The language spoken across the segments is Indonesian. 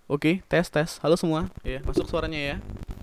Oke, tes tes. Halo semua. Ya, masuk suaranya ya.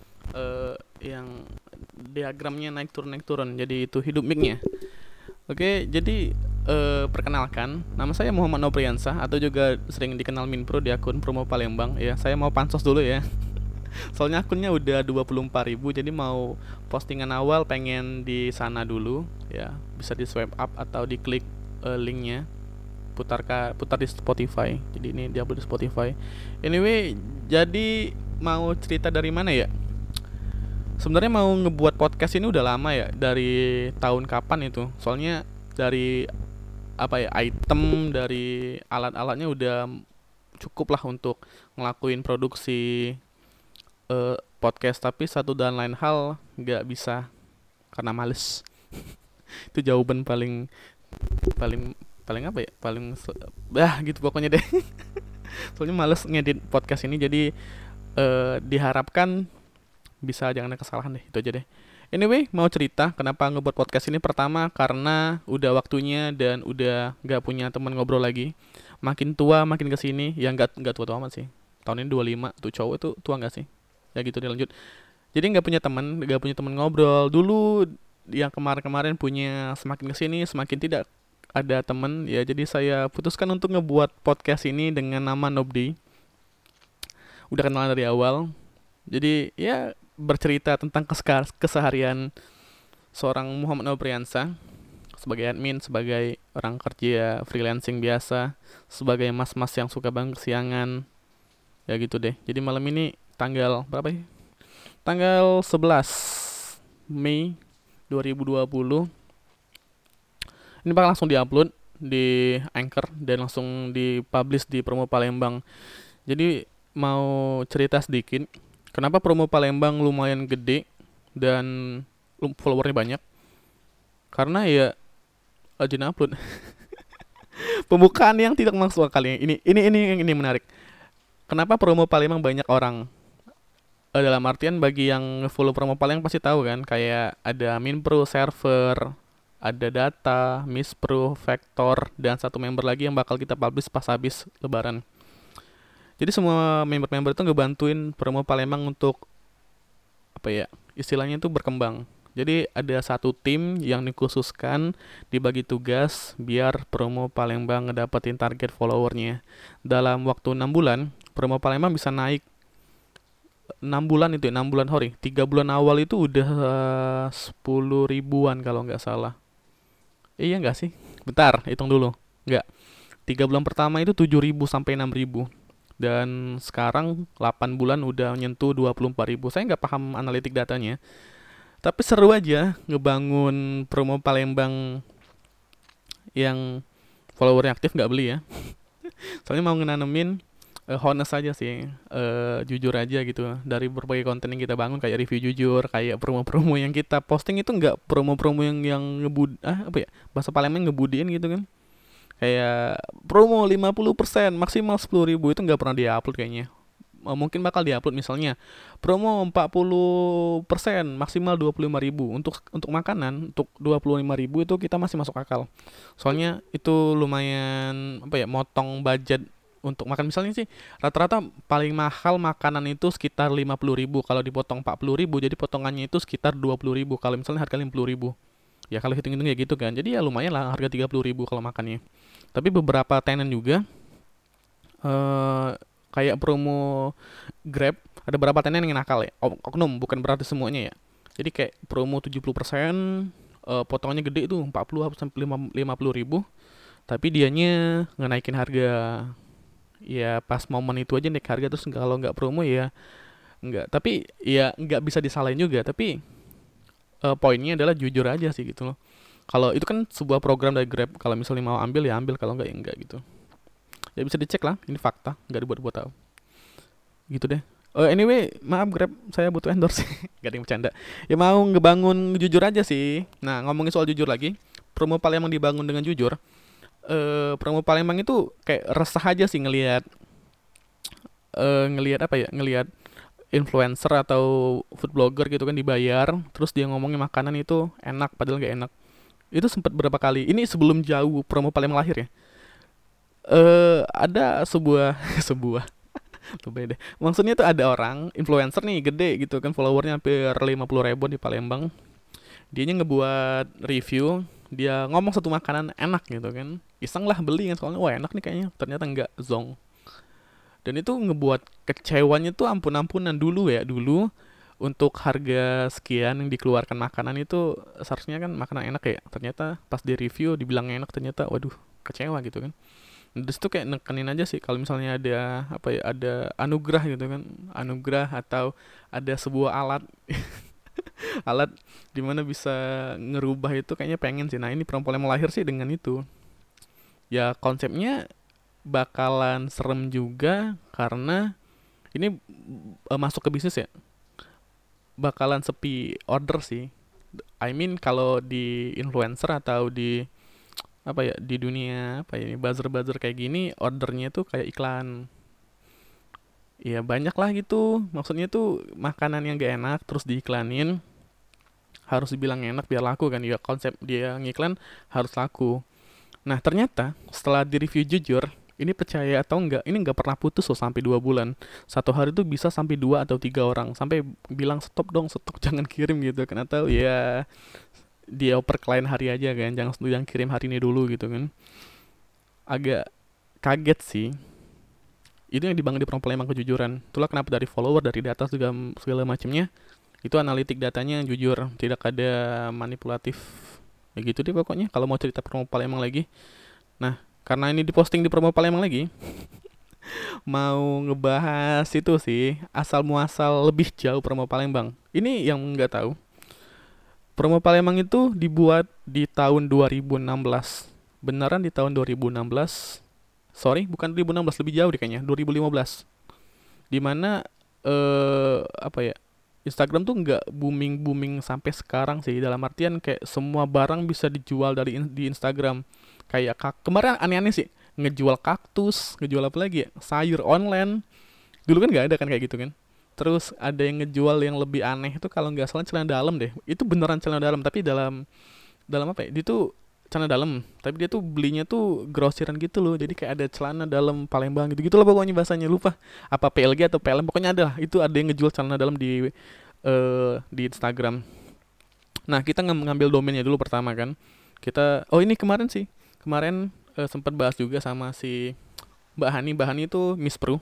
Yang diagramnya naik turun. Jadi itu hidup mic-nya. Oke, jadi perkenalkan, nama saya Muhammad Nopriansah atau juga sering dikenal Minpro di akun Promo Palembang. Ya, saya mau pansos dulu ya. Soalnya akunnya udah 24.000, jadi mau postingan awal pengen di sana dulu. Ya, bisa di swipe up atau diklik linknya, putar di Spotify. Jadi ini diupload di Spotify. Anyway, jadi mau cerita dari mana ya? Sebenarnya mau ngebuat podcast ini udah lama ya, dari tahun kapan itu. Soalnya dari apa ya, item dari alat-alatnya udah cukup lah untuk ngelakuin produksi podcast, tapi satu dan lain hal nggak bisa karena males. Itu jawaban paling paling paling apa ya, gitu pokoknya deh. Soalnya males ngedit podcast ini, jadi diharapkan bisa jangan ada kesalahan deh, itu aja deh. Anyway, mau cerita kenapa ngebuat podcast ini. Pertama karena udah waktunya dan udah gak punya teman ngobrol lagi. Makin tua makin kesini, ya nggak tua tua amat sih. Tahun ini 25, tuh cowok itu tua nggak sih? Ya gitu, dilanjut. Jadi nggak punya teman ngobrol. Dulu yang kemarin-kemarin punya, semakin kesini semakin tidak ada teman. Ya jadi saya putuskan untuk ngebuat podcast ini dengan nama Nobdi. Udah kenalan dari awal. Jadi ya bercerita tentang keseharian seorang Muhammad Nopriansa sebagai admin, sebagai orang kerja freelancing biasa, sebagai mas-mas yang suka banget kesiangan, ya gitu deh. Jadi malam ini tanggal berapa ya? Tanggal 11 Mei 2020. Ini bakal langsung diupload di Anchor dan langsung dipublish di Promo Palembang. Jadi mau cerita sedikit, kenapa Promo Palembang lumayan gede dan followernya banyak? Karena ya rajin upload. Pembukaan yang tidak masuk akal ini. Ini menarik. Kenapa Promo Palembang banyak orang? Dalam artian bagi yang follow Promo Palembang pasti tahu kan, kayak ada Minpro server, ada data, Mispro, Vector, dan satu member lagi yang bakal kita publish pas habis lebaran. Jadi semua member-member itu ngebantuin Promo Palembang untuk apa ya, istilahnya itu berkembang. Jadi ada satu tim yang dikhususkan dibagi tugas biar Promo Palembang ngedapetin target followernya. Dalam waktu 6 bulan, Promo Palembang bisa naik 6 bulan itu ya, 6 bulan sorry. 3 bulan awal itu udah 10 ribuan kalau nggak salah. Iya nggak sih? Bentar, hitung dulu. Nggak. 3 bulan pertama itu 7.000 sampai 6.000. Dan sekarang 8 bulan udah nyentuh 24.000. Saya nggak paham analitik datanya. Tapi seru aja ngebangun Promo Palembang yang followernya aktif, nggak beli ya. Soalnya mau ngenanemin honest aja sih, jujur aja gitu. Dari berbagai konten yang kita bangun, kayak review jujur, kayak promo-promo yang kita posting itu nggak promo-promo yang ngebud apa ya, bahasa Palembang ngebudiin gitu kan. Kayak promo 50% maksimal 10.000 itu nggak pernah diupload kayaknya. Mungkin bakal diupload misalnya promo 40% maksimal 25.000 untuk makanan. Untuk 25.000 itu kita masih masuk akal, soalnya itu lumayan apa ya, motong budget. Untuk makan misalnya sih, rata-rata paling mahal makanan itu sekitar 50.000. Kalau dipotong 40.000, jadi potongannya itu sekitar 20.000 kalau misalnya harga 50.000. Ya kalau hitung-hitung ya gitu kan, jadi ya lumayan lah harga 30.000 kalau makannya. Tapi beberapa tenan juga, eh kayak promo Grab, ada beberapa tenan yang nakal ya. Oknum, bukan berarti semuanya ya. Jadi kayak promo 70%, potongannya gede itu 40 sampai 50 ribu, tapi dianya ngenaikin harga. Ya pas momen itu aja naik harga, terus kalau nggak promo ya nggak. Tapi ya nggak bisa disalahin juga. Tapi poinnya adalah jujur aja sih gitu loh. Kalau itu kan sebuah program dari Grab, kalau misalnya mau ambil ya ambil, kalau nggak ya enggak gitu. Ya bisa dicek lah, ini fakta, nggak dibuat-buat tahu. Gitu deh. Anyway, maaf Grab, saya butuh endorse. Gak ada yang bercanda. Ya mau ngebangun jujur aja sih. Nah, ngomongin soal jujur lagi, Promo Palembang dibangun dengan jujur. Promo Palembang itu kayak resah aja sih ngelihat, ngelihat apa ya? Ngelihat influencer atau food blogger gitu kan dibayar, terus dia ngomongin makanan itu enak padahal nggak enak. Itu sempat berapa kali. Ini sebelum jauh Promo Palembang lahir ya. Ada sebuah sebuah Lebay deh. Maksudnya tuh ada orang influencer nih gede gitu kan, followernya hampir 50 ribu di Palembang. Dianya ngebuat review, dia ngomong satu makanan enak gitu kan, iseng lah beli kan, soalnya wah enak nih kayaknya, ternyata enggak, zong. Dan itu ngebuat kecewanya tuh ampun-ampunan. Dulu ya, dulu untuk harga sekian yang dikeluarkan makanan itu seharusnya kan makanan enak ya, ternyata pas di review dibilang enak, ternyata waduh, kecewa gitu kan. Terus tuh kayak nekenin aja sih kalau misalnya ada apa ya, ada anugerah gitu kan, anugerah atau ada sebuah alat alat dimana bisa ngerubah itu, kayaknya pengen sih. Nah ini perempuan yang lahir sih dengan itu. Ya konsepnya bakalan serem juga karena ini masuk ke bisnis ya, bakalan sepi order sih. I mean kalau di influencer atau di apa ya, di dunia apa ya, buzzer-buzzer kayak gini, ordernya tuh kayak iklan. Ya banyak lah gitu. Maksudnya tuh makanan yang gak enak terus diiklanin, harus dibilang enak biar laku kan. Ya konsep dia ngiklan harus laku. Nah ternyata setelah di review jujur, ini percaya atau enggak, ini nggak pernah putus loh sampai 2 bulan. Satu hari tuh bisa sampai 2 atau 3 orang sampai bilang stop dong, stop, jangan kirim gitu kan, atau ya dia oper klien hari aja kan, jangan kirim hari ini dulu gitu kan. Agak kaget sih. Itu yang dibangun di perempuan emang kejujuran. Itulah kenapa dari follower, dari data juga segala macamnya itu analitik datanya jujur, tidak ada manipulatif. Ya gitu deh pokoknya kalau mau cerita promo Palembang lagi. Nah, karena ini diposting di promo Palembang lagi, mau ngebahas itu sih, asal muasal lebih jauh promo Palembang. Ini yang nggak tahu. Promo Palembang itu dibuat di tahun 2016. Beneran di tahun 2016. Sorry, bukan 2016, lebih jauh deh kayaknya, 2015. Dimana apa ya, Instagram tuh nggak booming booming sampai sekarang sih, dalam artian kayak semua barang bisa dijual di Instagram. Kayak kemarin aneh-aneh sih, ngejual kaktus, ngejual apa lagi ya, sayur online. Dulu kan nggak ada kan kayak gitu kan. Terus ada yang ngejual yang lebih aneh itu, kalau nggak salah celana dalam deh, itu beneran celana dalam tapi dalam dalam apa ya, dia tuh celana dalam tapi dia tuh belinya tuh grosiran gitu loh, jadi kayak ada celana dalam Palembang gitu gitu loh pokoknya, bahasanya lupa apa PLG atau PLM, pokoknya ada lah, itu ada yang ngejual celana dalam di Instagram. Nah kita ngambil domainnya dulu pertama kan, kita oh ini kemarin sih, kemarin sempat bahas juga sama si Mbak Hani itu Miss Pro.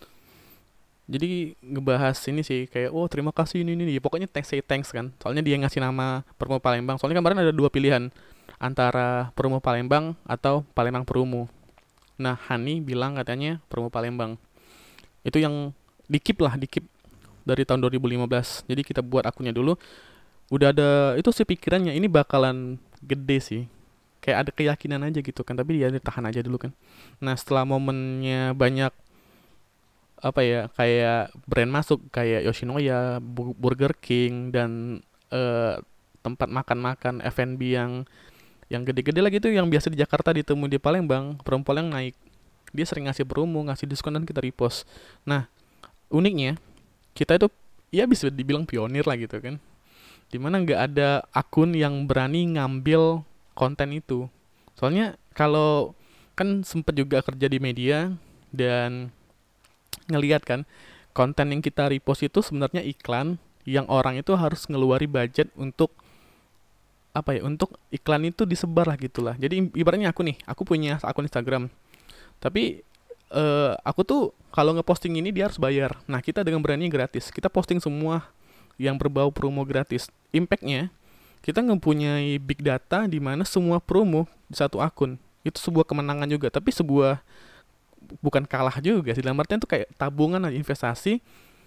Jadi ngebahas ini sih kayak oh terima kasih ini ya, pokoknya thanks, say thanks kan, soalnya dia ngasih nama Promo Palembang. Soalnya kemarin ada dua pilihan antara Promo Palembang atau Palembang Promo. Nah Hani bilang katanya Promo Palembang itu yang dikip lah, dikip dari tahun 2015. Jadi kita buat akunnya dulu, udah ada itu sih pikirannya ini bakalan gede sih, kayak ada keyakinan aja gitu kan, tapi dia ditahan aja dulu kan. Nah setelah momennya banyak apa ya, kayak brand masuk kayak Yoshinoya, Burger King, dan eh, tempat makan-makan F&B yang gede-gede lagi tuh, yang biasa di Jakarta ditemui di Palembang, perempuan yang naik. Dia sering ngasih promo, ngasih diskon, dan kita repost. Nah uniknya kita itu ya bisa dibilang pionir lah gitu kan, dimana nggak ada akun yang berani ngambil konten itu. Soalnya kalau kan sempet juga kerja di media dan ngelihat kan, konten yang kita repost itu sebenarnya iklan yang orang itu harus ngeluari budget untuk apa ya, untuk iklan itu disebar lah gitulah. Jadi ibaratnya aku punya akun Instagram, tapi aku tuh kalau ngeposting ini dia harus bayar. Nah kita dengan berani gratis, kita posting semua yang berbau promo gratis. Impactnya kita mempunyai big data di mana semua promo di satu akun. Itu sebuah kemenangan juga, tapi sebuah bukan kalah juga sih, dalam artian tuh kayak tabungan aja, investasi.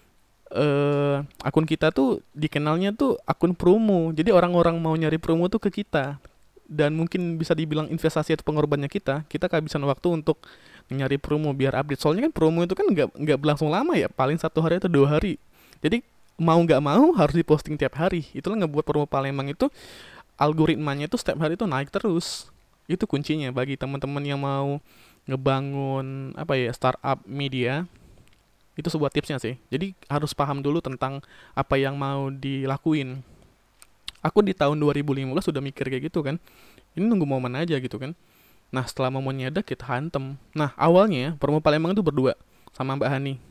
Akun kita tuh dikenalnya tuh akun promo, jadi orang-orang mau nyari promo tuh ke kita, dan mungkin bisa dibilang investasi atau pengorbanannya kita kehabisan waktu untuk nyari promo biar update. Soalnya kan promo itu kan nggak berlangsung lama ya, paling 1 hari atau 2 hari. Jadi mau nggak mau harus diposting tiap hari. Itulah ngebuat promo Palembang itu algoritmanya itu setiap hari itu naik terus. Itu kuncinya bagi teman-teman yang mau ngebangun apa ya, startup media. Itu sebuah tipsnya sih. Jadi harus paham dulu tentang apa yang mau dilakuin. Aku di tahun 2015 sudah mikir kayak gitu kan. Ini nunggu momen aja gitu kan. Nah setelah momennya ada kita hantem. Nah awalnya promo Palembang itu berdua sama Mbak Hani.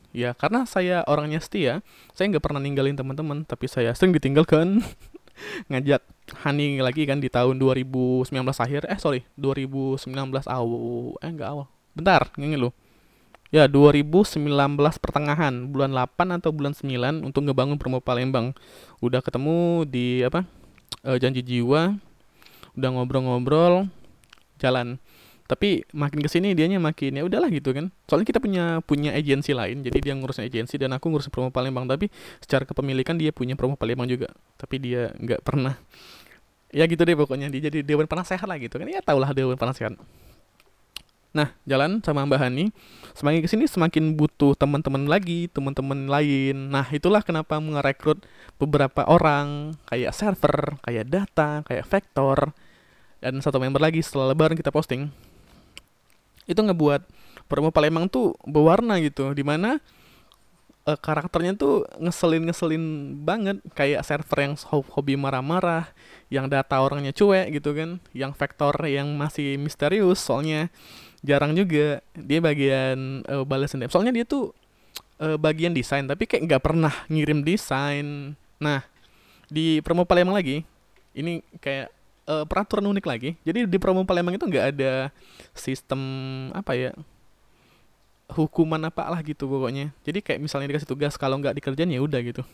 Ya karena saya orangnya setia, saya nggak pernah ninggalin teman-teman, tapi saya sering ditinggalkan. Ngajak Hani lagi kan di tahun 2019 akhir, sorry, 2019 awal, enggak awal, bentar, ngingin lu. Ya 2019 pertengahan, bulan 8 atau bulan 9 untuk ngebangun Promo Palembang. Udah ketemu di apa, janji jiwa, udah ngobrol-ngobrol, jalan. Tapi makin kesini dianya makin ya udahlah gitu kan. Soalnya kita punya punya agensi lain, jadi dia ngurusin agensi dan aku ngurusin Promo Palembang. Tapi secara kepemilikan dia punya Promo Palembang juga. Tapi dia nggak pernah. Ya gitu deh pokoknya dia jadi dewan penasehat lah gitu kan. Ya tau lah dewan penasehat. Nah, jalan sama Mbak Hani, semakin kesini semakin butuh teman-teman lagi, teman-teman lain. Nah, itulah kenapa merekrut beberapa orang, kayak server, kayak data, kayak vektor, dan satu member lagi setelah lebaran kita posting. Itu ngebuat promo Palembang tuh berwarna gitu, dimana karakternya tuh ngeselin-ngeselin banget, kayak server yang hobi marah-marah, yang data orangnya cuek gitu kan, yang vektor yang masih misterius, soalnya jarang juga dia bagian balas dendam. Soalnya dia tuh bagian desain tapi kayak nggak pernah ngirim desain. Nah, di promo Palembang lagi, ini kayak peraturan unik lagi. Jadi di promo Palembang itu nggak ada sistem apa ya, hukuman apa lah gitu pokoknya. Jadi kayak misalnya dikasih tugas kalau nggak dikerjain ya udah gitu.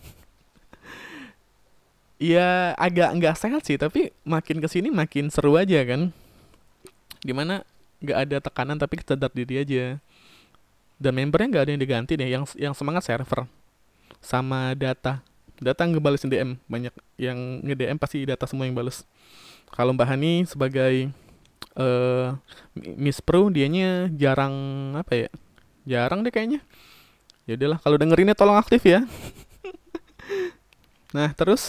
Ya agak nggak sehat sih, tapi makin kesini makin seru aja kan. Dimana nggak ada tekanan tapi sadar diri aja. Dan membernya nggak ada yang diganti deh. Yang semangat server sama data. Data ngebalesin DM banyak, yang nge DM pasti data semua yang bales. Kalau Mbak Hani sebagai eh Miss Pro dianya jarang apa ya? Jarang deh kayaknya. Ya udahlah, kalau dengerinnya tolong aktif ya. Nah, terus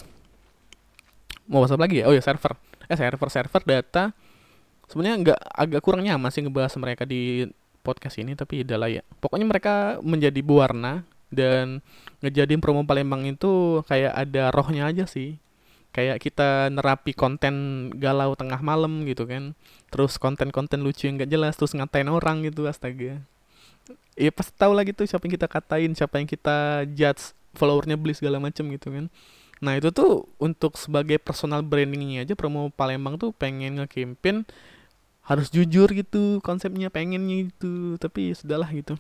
mau WhatsApp lagi ya? Oh ya, server. Server data. Sebenarnya nggak, agak kurang nyaman sih ngebahas mereka di podcast ini, tapi udahlah ya. Pokoknya mereka menjadi berwarna dan ngejadiin promo Palembang itu kayak ada rohnya aja sih. Kayak kita nerapi konten galau tengah malam gitu kan. Terus konten-konten lucu yang gak jelas, terus ngatain orang gitu, astaga. Iya pasti tahu lah gitu siapa yang kita katain, siapa yang kita judge, followernya beli segala macem gitu kan. Nah itu tuh untuk sebagai personal brandingnya aja promo Palembang tuh pengen nge-campaign harus jujur gitu konsepnya, pengennya gitu, tapi sudahlah gitu.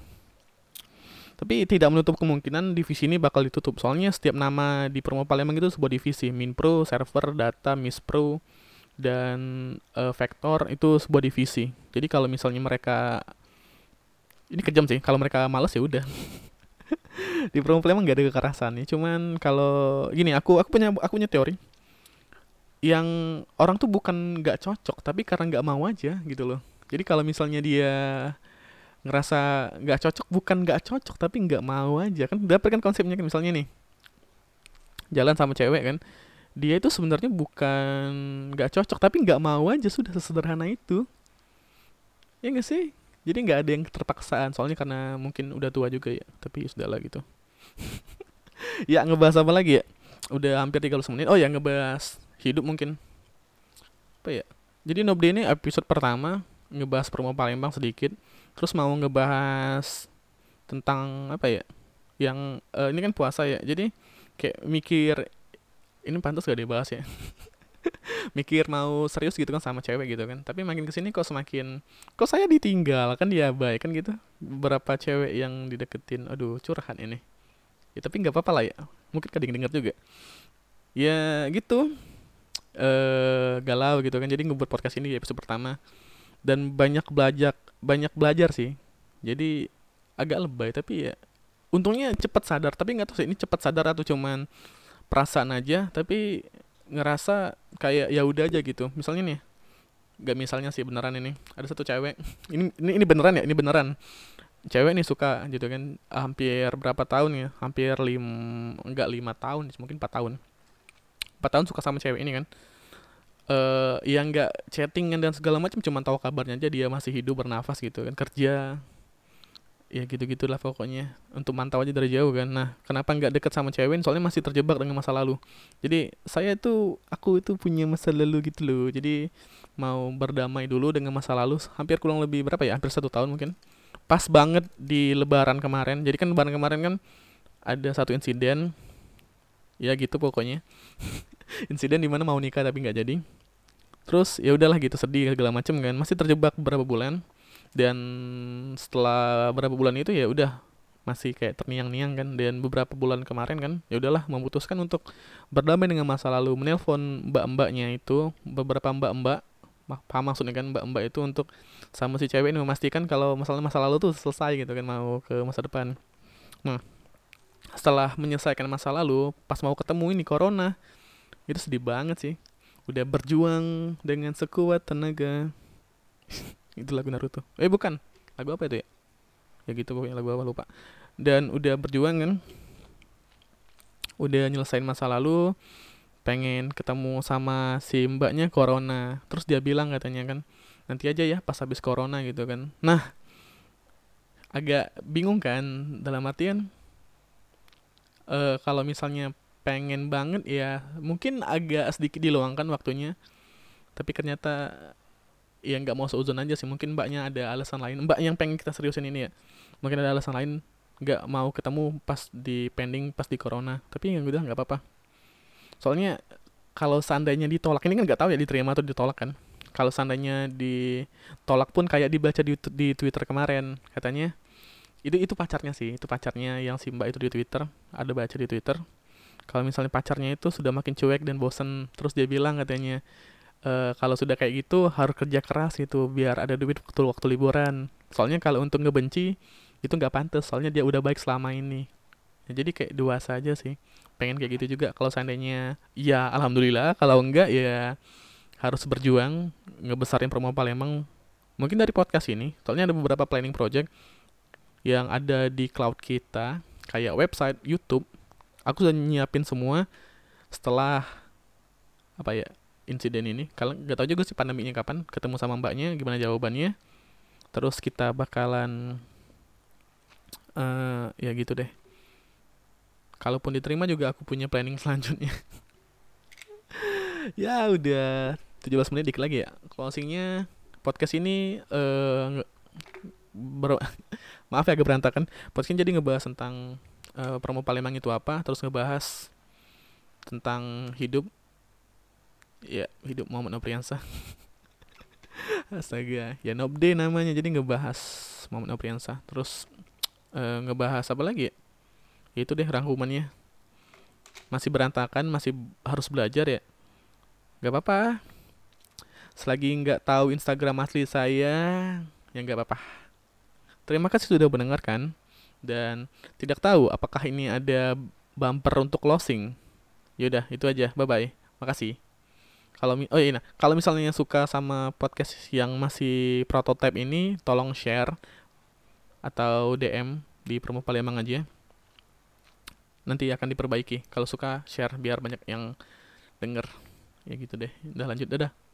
Tapi tidak menutup kemungkinan divisi ini bakal ditutup, soalnya setiap nama di promo Palembang itu sebuah divisi. Minpro, server, data, mispro, dan vektor itu sebuah divisi. Jadi kalau misalnya mereka, ini kejam sih, kalau mereka males ya udah. Di promo Palembang nggak ada kekerasan ya, cuman kalau gini, aku punya teori yang orang tuh bukan nggak cocok tapi karena nggak mau aja gitu loh. Jadi kalau misalnya dia ngerasa nggak cocok, bukan nggak cocok tapi nggak mau aja, kan dapet kan konsepnya kan. Misalnya nih jalan sama cewek kan, dia itu sebenarnya bukan nggak cocok tapi nggak mau aja, sudah sesederhana itu. Ya nggak sih? Jadi nggak ada yang terpaksaan, soalnya karena mungkin udah tua juga ya, tapi sudahlah gitu. Ya ngebahas apa lagi ya, udah hampir 30 menit. Oh ya, ngebahas hidup mungkin. Apa ya, jadi Nobde ini episode pertama ngebahas promo Palembang sedikit, terus mau ngebahas tentang apa ya, yang ini kan puasa ya, jadi kayak mikir ini pantas gak dibahas ya. Mikir mau serius gitu kan sama cewek gitu kan, tapi makin kesini kok semakin, kok saya ditinggal kan, dia baik kan gitu. Beberapa cewek yang dideketin, aduh curhat ini ya, tapi nggak apa-apa lah ya, mungkin kadang denger juga ya gitu. Galau gitu kan, jadi ngebuat podcast ini di episode pertama, dan banyak belajar sih. Jadi agak lebay tapi ya untungnya cepat sadar. Tapi nggak tahu sih ini cepat sadar atau cuman perasaan aja, tapi ngerasa kayak ya udah aja gitu. Misalnya nih, nggak misalnya sih, beneran ini ada satu cewek. Ini beneran ya, ini beneran. Cewek nih suka gitu kan, hampir berapa tahun ya, hampir enggak 5 tahun, mungkin 4 tahun. 4 tahun suka sama cewek ini kan. Yang nggak chattingan dan segala macam, cuma tahu kabarnya aja dia masih hidup bernafas gitu kan, kerja, ya gitu gitulah pokoknya, untuk mantau aja dari jauh kan. Nah kenapa nggak deket sama cewek, soalnya masih terjebak dengan masa lalu. Jadi aku itu punya masa lalu gitu loh, jadi mau berdamai dulu dengan masa lalu. Hampir kurang lebih berapa ya, hampir 1 tahun mungkin pas banget di lebaran kemarin. Jadi kan lebaran kemarin kan ada satu insiden, ya gitu pokoknya. Insiden dimana mau nikah tapi nggak jadi. Terus ya udahlah gitu, sedih segala macem kan, masih terjebak beberapa bulan. Dan setelah beberapa bulan itu ya udah masih kayak terngiang-niang kan. Dan beberapa bulan kemarin kan ya udahlah memutuskan untuk berdamai dengan masa lalu, menelpon mbak-mbaknya itu, beberapa mbak-mbak, paham maksudnya kan, mbak-mbak itu, untuk sama si cewek ini memastikan kalau masalah masa lalu tuh selesai gitu kan, mau ke masa depan. Nah, setelah menyelesaikan masa lalu, pas mau ketemu ini corona, itu sedih banget sih. Udah berjuang dengan sekuat tenaga. Itu lagu Naruto. Bukan. Lagu apa itu ya? Ya gitu pokoknya, lagu apa lupa. Dan udah berjuang kan, udah nyelesain masa lalu, pengen ketemu sama si mbaknya corona. Terus dia bilang katanya kan, nanti aja ya pas habis corona gitu kan. Nah, agak bingung kan, dalam artian kalau misalnya pengen banget ya mungkin agak sedikit diluangkan waktunya, tapi ternyata ya nggak mau seuzon aja sih. Mungkin mbaknya ada alasan lain, mbak yang pengen kita seriusin ini ya, mungkin ada alasan lain nggak mau ketemu pas di pending, pas di corona. Tapi yang udah nggak apa-apa, soalnya kalau seandainya ditolak, ini kan nggak tahu ya diterima atau ditolak kan. Kalau seandainya ditolak pun kayak dibaca di Twitter kemarin, katanya itu pacarnya sih, itu pacarnya yang si mbak itu di Twitter, ada baca di Twitter. Kalau misalnya pacarnya itu sudah makin cuek dan bosen, terus dia bilang katanya, kalau sudah kayak gitu harus kerja keras gitu biar ada duit waktu liburan. Soalnya kalau untuk ngebenci itu nggak pantas, soalnya dia udah baik selama ini. Ya, jadi kayak dewasa aja sih. Pengen kayak gitu juga kalau seandainya ya alhamdulillah, kalau enggak ya harus berjuang ngebesarin promo Palembang. Mungkin dari podcast ini, soalnya ada beberapa planning project yang ada di cloud kita, kayak website, YouTube. Aku sudah nyiapin semua setelah apa ya, insiden ini. Kalau nggak tahu juga sih pandeminya kapan, ketemu sama mbaknya gimana jawabannya. Terus kita bakalan ya gitu deh. Kalaupun diterima juga aku punya planning selanjutnya. Ya udah 17 menit dikit lagi ya. Closingnya podcast ini ber- maaf ya agak berantakan. Podcast ini jadi ngebahas tentang promo Palembang itu apa, terus ngebahas tentang hidup, ya hidup Muhammad Nopriansah. Astaga, ya Nobde namanya, jadi ngebahas Muhammad Nopriansah. Terus ngebahas apa lagi ya? Ya itu deh rangkumannya. Masih berantakan, masih harus belajar ya. Gak apa-apa. Selagi nggak tahu Instagram asli saya, ya nggak apa-apa. Terima kasih sudah mendengarkan, dan tidak tahu apakah ini ada bumper untuk closing. Yaudah, itu aja. Bye bye. Makasih. Oh iya, nah, kalau misalnya suka sama podcast yang masih prototype ini, tolong share atau DM di Promo Palembang aja. Nanti akan diperbaiki. Kalau suka share biar banyak yang denger. Ya gitu deh. Udah lanjut, dadah.